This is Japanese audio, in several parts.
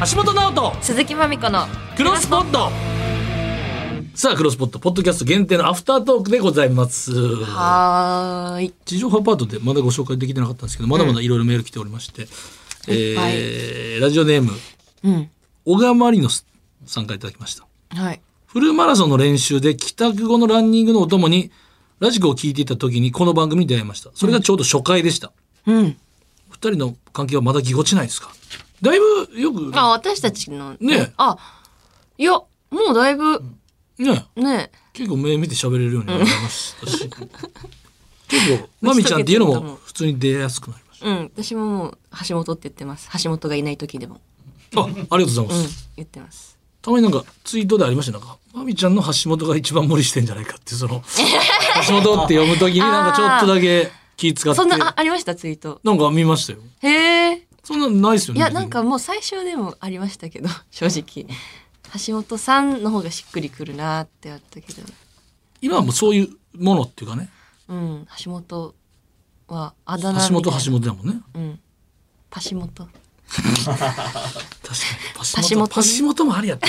橋本直人鈴木まみこのクロスポット。さあクロスポットポッドキャスト限定のアフタートークでございます。 はーい。 地上波パートでまだご紹介できてなかったんですけど、まだまだいろいろメール来ておりまして、 いっぱいラジオネームうん小川マリノスさんからいただきました。 はいフルマラソンの練習で帰宅後のランニングのお供にラジコを聞いていた時にこの番組に出会いました。それがちょうど初回でした。 うん二人の関係はまだぎこちないですか？だいぶよく私たちのねいやもうだいぶねね結構目見て喋れるようになりましたし、結構マミちゃんっていうのも普通に出やすくなりまし私ももう橋本って言ってます。橋本がいない時でもた。ありがとうございます。 言ってます。 たまになんかツイートでありました。なんかマミちゃんの橋本が一番無理してんじゃないかっていう、その橋本って読む時になんかちょっとだけ気使ってそんなありましたツイート。 なんか見ましたよ。 へえ。 そんなのないですよね。 いやなんかもう最初でもありましたけど正直橋本さんの方がしっくりくるなってあったけど、 今はもうそういうものっていうかね。 橋本はあだ名みたいな。 橋本だもんね。 パシモト。 確かにパシモトもありやった。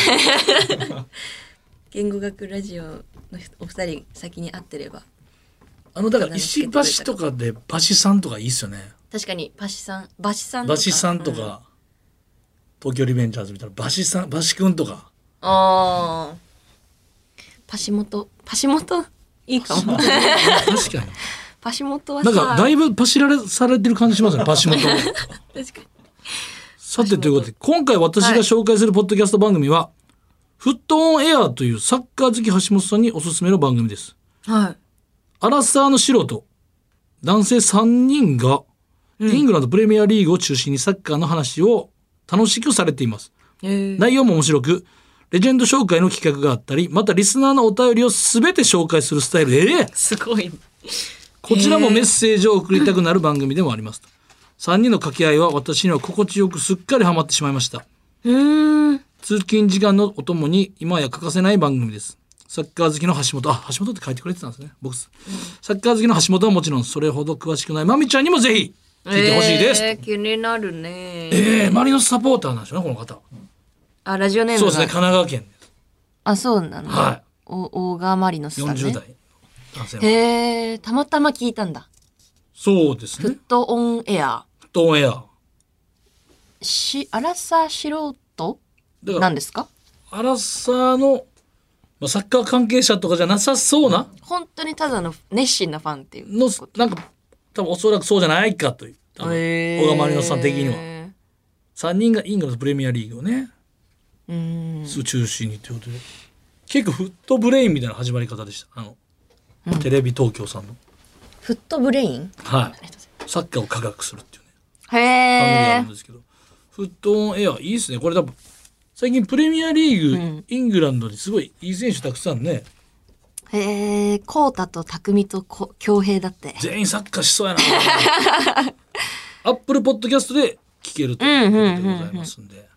言語学ラジオのお二人先に会ってれば。 だから石橋とかでバシさんとかいいっすよね。 確かにバシさんとか東京リベンジャーズみたいなバシくんとか。 パシモトいいかも。 確かに。 パシモトはさ、 なんかだいぶパシられされてる感じしますね。パシモト。 確かに。 さてということで今回私が紹介するポッドキャスト番組は、フットオンエアというサッカー好き橋本さんにおすすめの番組です。 はい。 アラサーの素人男性3人がイングランドプレミアリーグを中心にサッカーの話を楽しくされています。内容も面白くレジェンド紹介の企画があったり、またリスナーのお便りを全て紹介するスタイル。 すごい。 こちらもメッセージを送りたくなる番組でもありますと。3人の掛け合いは私には心地よくすっかりハマってしまいました。通勤時間のお供に今や欠かせない番組です。サッカー好きの橋本って書いてくれてたんですね。僕、サッカー好きの橋本はもちろんそれほど詳しくないまみちゃんにもぜひ聞いてほしいです。 気になるね。 マリノスサポーターなんですよねこの方。 ラジオネームがそうですね、神奈川県です。 そうなの。 はい。 大川マリノスさんね。 40代男性の。 たまたま聞いたんだ。 そうですね。 フットオンエア。 フットオンエア。 アラサー素人なんですか？ アラサーのサッカー関係者とかじゃなさそうな。 本当にただの熱心なファンっていうのなんか多分おそらくそうじゃないかという。小川マリノスさん的には。3人がイングランドプレミアリーグをね。中心にということで結構フットブレインみたいな始まり方でした。テレビ東京さんのフットブレイン、 はい、サッカーを科学するっていうね番組があるんですけど、フットオンエアいいですね。これ多分最近プレミアリーグ、イングランドにすごいいい選手たくさんね。 コウタと匠と恭平だって。 全員サッカーしそうやな。アップルポッドキャストで聞けるということでございますんで。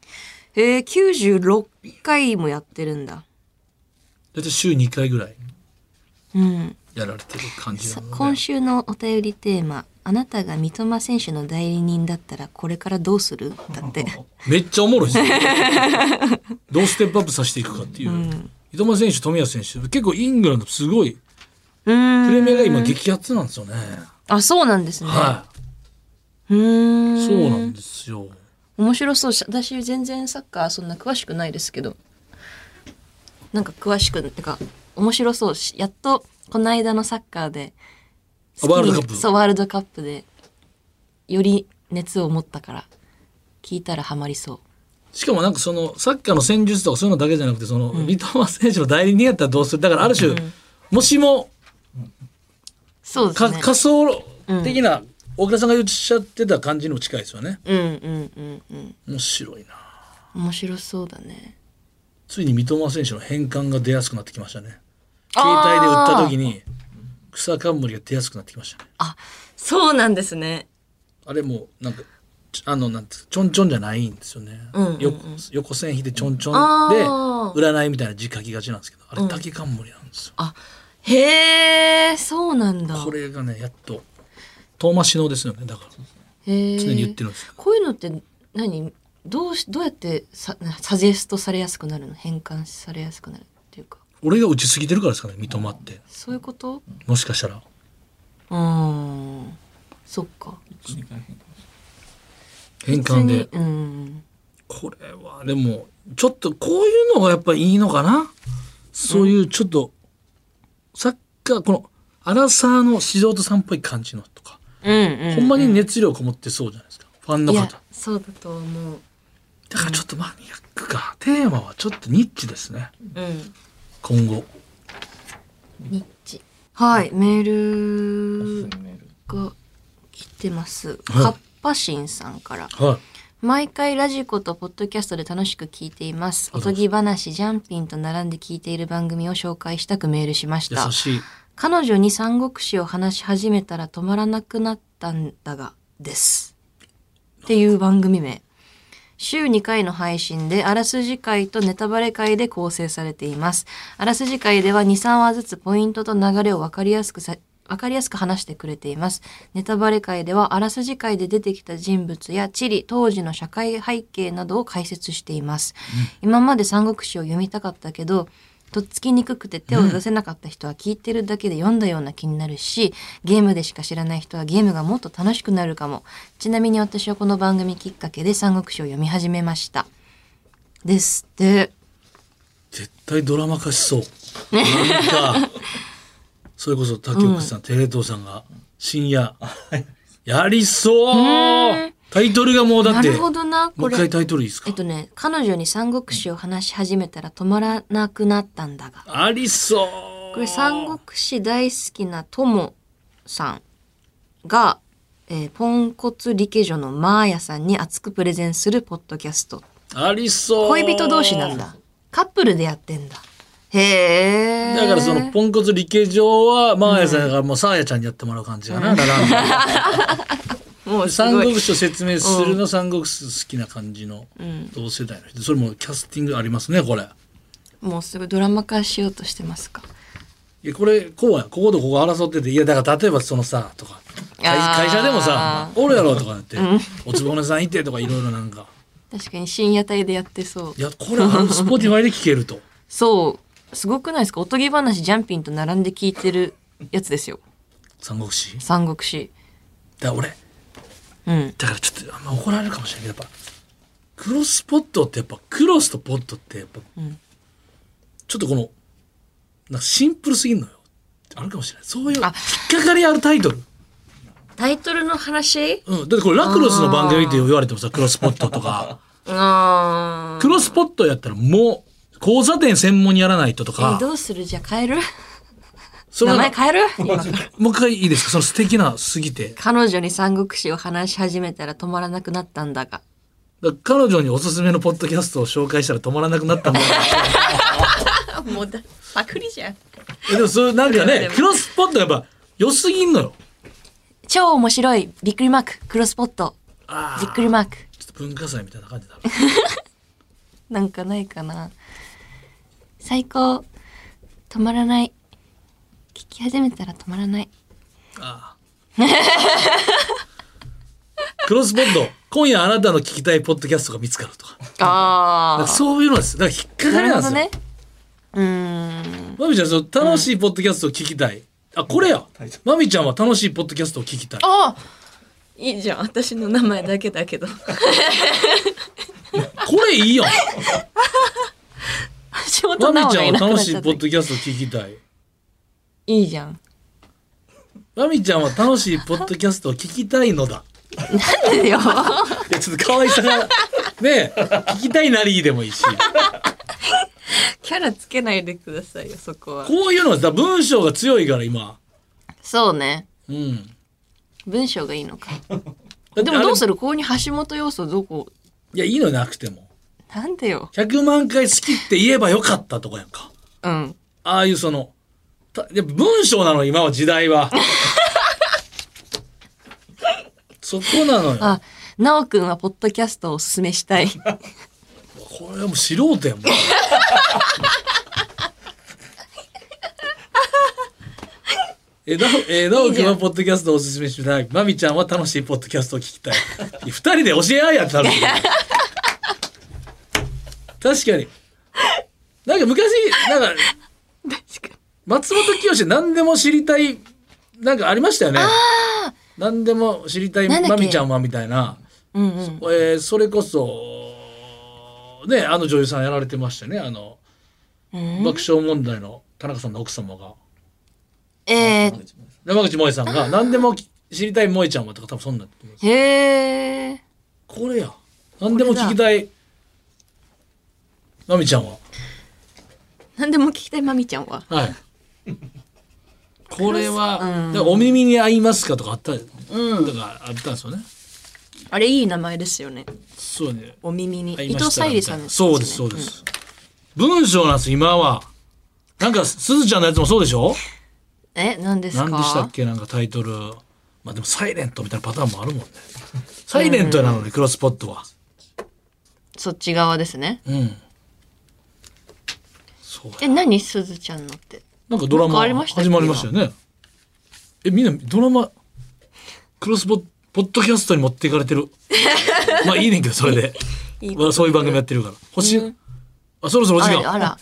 96回もやってるんだ。 だいたい週2回ぐらいやられてる感じなので、 今週のお便りテーマ、あなたが三笘選手の代理人だったらこれからどうするだってめっちゃおもろいですね。どうステップアップさせていくかっていう、三笘選手富安選手結構イングランドすごいプレミアが今激アツなんですよね。 そうなんですね。 そうなんですよ。 面白そう。私全然サッカーそんな詳しくないですけど、なんか詳しくってか面白そうし、やっとこの間のサッカーでワールドカップ。 ワールドカップでより熱を持ったから聞いたらハマりそう。 しかもなんかそのサッカーの戦術とかそういうのだけじゃなくて、その三笘選手の代理人やったらどうする、だからある種、もしもそうですね、 仮想的な大倉さんが言っしゃってた感じにも近いですよね。面白いな。 面白そうだね。 ついに三笘選手の変換が出やすくなってきましたね。携帯で打った時に草冠が出やすくなってきましたね。 そうなんですね。 あれもなんかなんてちょんちょんじゃないんですよね。横線引いてちょんちょんで占いみたいな字書きがちなんですけど、あれ竹冠なんですよ。 へえ、そうなんだ。 これがねやっと遠間首脳ですよね。だから常に言ってるんですよ。 こういうのって何どうやってサジェストされやすくなるの？変換されやすくなるっていうか。 俺が打ちすぎてるからですかね、三笘って。 そういうこと？ もしかしたら。 そっか。 変換で。これはでもちょっとこういうのがやっぱりいいのかな。そういうちょっとサッカーこのアラサーの素人さんっぽい感じのとか、ほんまに熱量こもってそうじゃないですか、ファンの方。いやそうだと思う。 だからちょっとマニアックか、テーマはちょっとニッチですね、今後。 ニッチ。はい、メールが来てます。カッパシンさんから。毎回ラジコとポッドキャストで楽しく聞いています。おとぎ話ジャンピンと並んで聞いている番組を紹介したくメールしました。 優しい。 彼女に三国志を話し始めたら止まらなくなったんだがですっていう番組名。週2回の配信であらすじ回とネタバレ回で構成されています。あらすじ回では 2,3 話ずつポイントと流れを分かりやすく話してくれています。ネタバレ回ではあらすじ回で出てきた人物や地理、当時の社会背景などを解説しています。今まで三国志を読みたかったけどとっつきにくくて手を出せなかった人は聞いてるだけで読んだような気になるし、ゲームでしか知らない人はゲームがもっと楽しくなるかも。ちなみに私はこの番組きっかけで三国志を読み始めました。ですって。 絶対ドラマ化しそう。なんかそれこそ竹岡さん、テレ東さんが深夜やりそう。タイトルがもうだって。 なるほどな。 もう一回タイトルいいですか？ 彼女に三国志を話し始めたら止まらなくなったんだが。 ありそう。 これ三国志大好きなともさんが、ポンコツリケジョのマーヤさんに熱くプレゼンするポッドキャスト。 ありそう。 恋人同士なんだ。カップルでやってんだ。へえ。 だからそのポンコツリケジョはマーヤさんがもうサーヤちゃんにやってもらう感じかな。もう三国志を説明するの、三国志好きな感じの同世代の人、それもキャスティングありますね。これもうすぐドラマ化しようとしてますか？ いやこれこうや、こことここ争ってて、いやだから例えばそのさとか会社でもさおるやろとかなって、おつぼねさんいてとかいろいろなんか確かに深夜帯でやってそう。 いやこれスポティファイで聞けるとそうすごくないですか？おとぎ話ジャンピンと並んで聞いてるやつですよ。 三国志だ俺だからちょっとあんま怒られるかもしれないけど、やっぱクロスポットってやっぱクロスとポットってやっぱ、ちょっとこのなんかシンプルすぎるのよあるかもしれない。そういう引っかかりあるタイトルの話、 だってこれラクロスの番組って言われてもさ、クロスポットとかクロスポットやったらもう交差点専門にやらないととか。 どうする？じゃあ変える？名前変える？ もう一回いいですか？その素敵なすぎて。 彼女に三国志を話し始めたら止まらなくなったんだが。 彼女におすすめのポッドキャストを紹介したら止まらなくなったんだが。 もうパクリじゃん。 でもそれなんかね、クロスポットやっぱ良すぎんのよ。 超面白いびっくりマーククロスポット。びっくりマーク。 ちょっと文化祭みたいな感じだろ。 なんかないかな。最高。止まらない。聞き始めたら止まらない。クロスポット今夜あなたの聞きたいポッドキャストが見つかるとか。そういうのです。だから引っかかりなんですよ。なるほどね。まみちゃん、その楽しいポッドキャストを聞きたい。これや。まみちゃんは楽しいポッドキャストを聞きたい。 いいじゃん。私の名前だけだけど。これいいやん。 まみちゃんは楽しいポッドキャストを聞きたい。 いいじゃん。 まみちゃんは楽しいポッドキャストを聞きたいのだ。 なんでよ。 いやちょっと可愛さがね聞きたいなりでもいいし。 キャラつけないでくださいよそこは。 こういうのはさ文章が強いから今。 そうね。文章がいいのか。でもどうする？ここに橋本要素どこ？ いやいいのなくても。 なんでよ。 100万回好きって言えばよかったとかやんか。ああいうその文章なの今は時代は。そこなのよ。 なおくんはポッドキャストをおすすめしたい。 これはもう素人やもん。なおくんはポッドキャストをおすすめしたい。まみちゃんは楽しいポッドキャストを聞きたい。二人で教え合いやったら。 確かに。なんか昔なんか松本清何でも知りたいなんかありましたよね。何でも知りたいまみちゃんはみたいな。それこそね女優さんやられてましたね。爆笑問題の田中さんの奥様が。山口萌さんが何でも知りたい萌ちゃんはとか多分そんなってます。 へえ。 これや。何でも聞きたいまみちゃんは。 何でも聞きたいまみちゃんは。 はい。これは、お耳に合いますかとかあった、とかあったんですよね。 あれいい名前ですよね。 そうね。 お耳に。伊藤沙莉さんですね。 そうですそうです。文章なんです今は。なんかすずちゃんのやつもそうでしょ。 何ですか。 何でしたっけなんかタイトル。まあでもサイレントみたいなパターンもあるもんね。サイレントなのにクロスポットは。 そっち側ですね。 そう何すずちゃんのって。 なんかドラマ始まりましたよね。みんなドラマクロスポッドキャストに持っていかれてる。まあいいねんけどそれでそういう番組やってるから。そろそろお時間。 あら。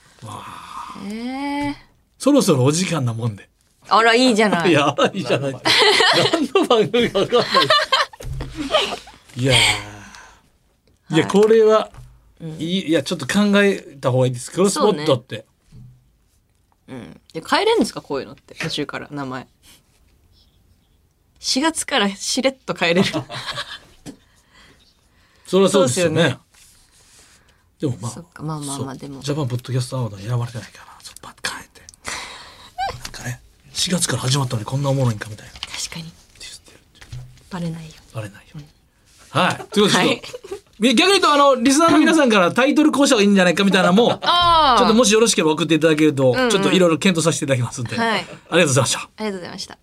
そろそろお時間なもんで。 あらいいじゃない。 いやいいじゃない。何の番組か分かんない。いやこれいやちょっと考えた方がいいです。クロスポットって。 変えれんですかこういうのって途中から名前。4月からしれっと変えれる。 そりゃそうですよね。でもそっかまあでもジャパンポッドキャストアワードに選ばれてないからちょっとパッと変えてなんかね4月から始まったのにこんなおもろいんかみたいな。 確かにバレないよ。 はい。ということで逆に言うとリスナーの皆さんからタイトルこうした方がいいんじゃないかみたいなのもちょっともしよろしければ送っていただけるとちょっといろいろ検討させていただきますんで、ありがとうございました。 ありがとうございました。